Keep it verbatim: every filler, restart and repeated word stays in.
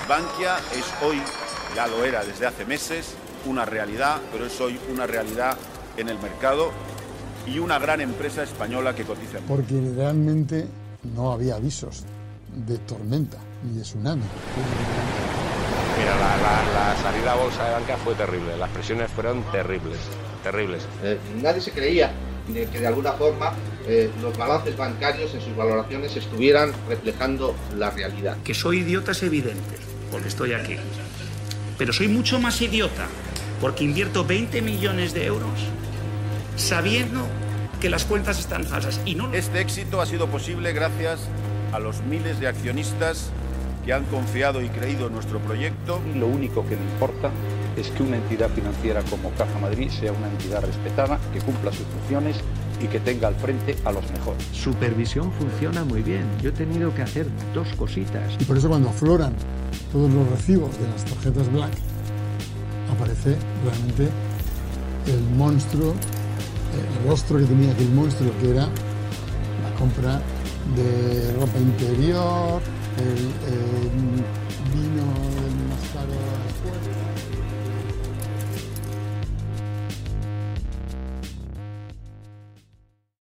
Bankia es hoy, ya lo era desde hace meses, una realidad, pero es hoy una realidad en el mercado y una gran empresa española que cotiza. Porque realmente no había avisos de tormenta ni de tsunami. Mira, la, la, la salida a bolsa de Bankia fue terrible, las presiones fueron terribles, terribles. Eh, nadie se creía de que de alguna forma eh, los balances bancarios en sus valoraciones estuvieran reflejando la realidad. Que soy idiota es evidente, porque estoy aquí. Pero soy mucho más idiota porque invierto veinte millones de euros sabiendo que las cuentas están falsas y no... Este éxito ha sido posible gracias a los miles de accionistas que han confiado y creído en nuestro proyecto. Y lo único que me importa es que una entidad financiera como Caja Madrid sea una entidad respetada, que cumpla sus funciones y que tenga al frente a los mejores. Supervisión funciona muy bien. Yo he tenido que hacer dos cositas. Y por eso cuando afloran todos los recibos de las tarjetas Black, aparece realmente el monstruo, el rostro que tenía aquel monstruo, que era la compra de ropa interior, el, el vino el más caro después.